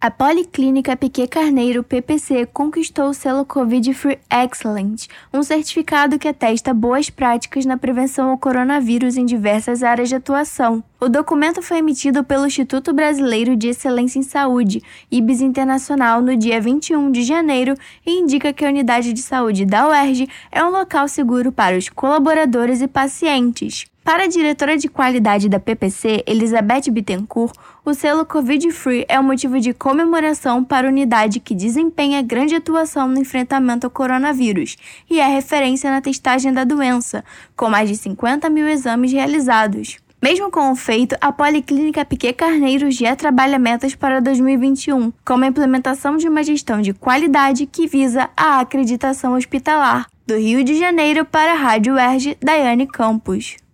A Policlínica Piquet Carneiro PPC conquistou o selo Covid Free Excellent, um certificado que atesta boas práticas na prevenção ao coronavírus em diversas áreas de atuação. O documento foi emitido pelo Instituto Brasileiro de Excelência em Saúde, IBS Internacional, no dia 21 de janeiro e indica que a unidade de saúde da UERJ é um local seguro para os colaboradores e pacientes. Para a diretora de qualidade da PPC, Elizabeth Bittencourt, o selo Covid-Free é um motivo de comemoração para a unidade que desempenha grande atuação no enfrentamento ao coronavírus e é referência na testagem da doença, com mais de 50 mil exames realizados. Mesmo com o feito, a Policlínica Piquet Carneiro já trabalha metas para 2021, como a implementação de uma gestão de qualidade que visa a acreditação hospitalar. Do Rio de Janeiro para a Rádio UERJ, Daiane Campos.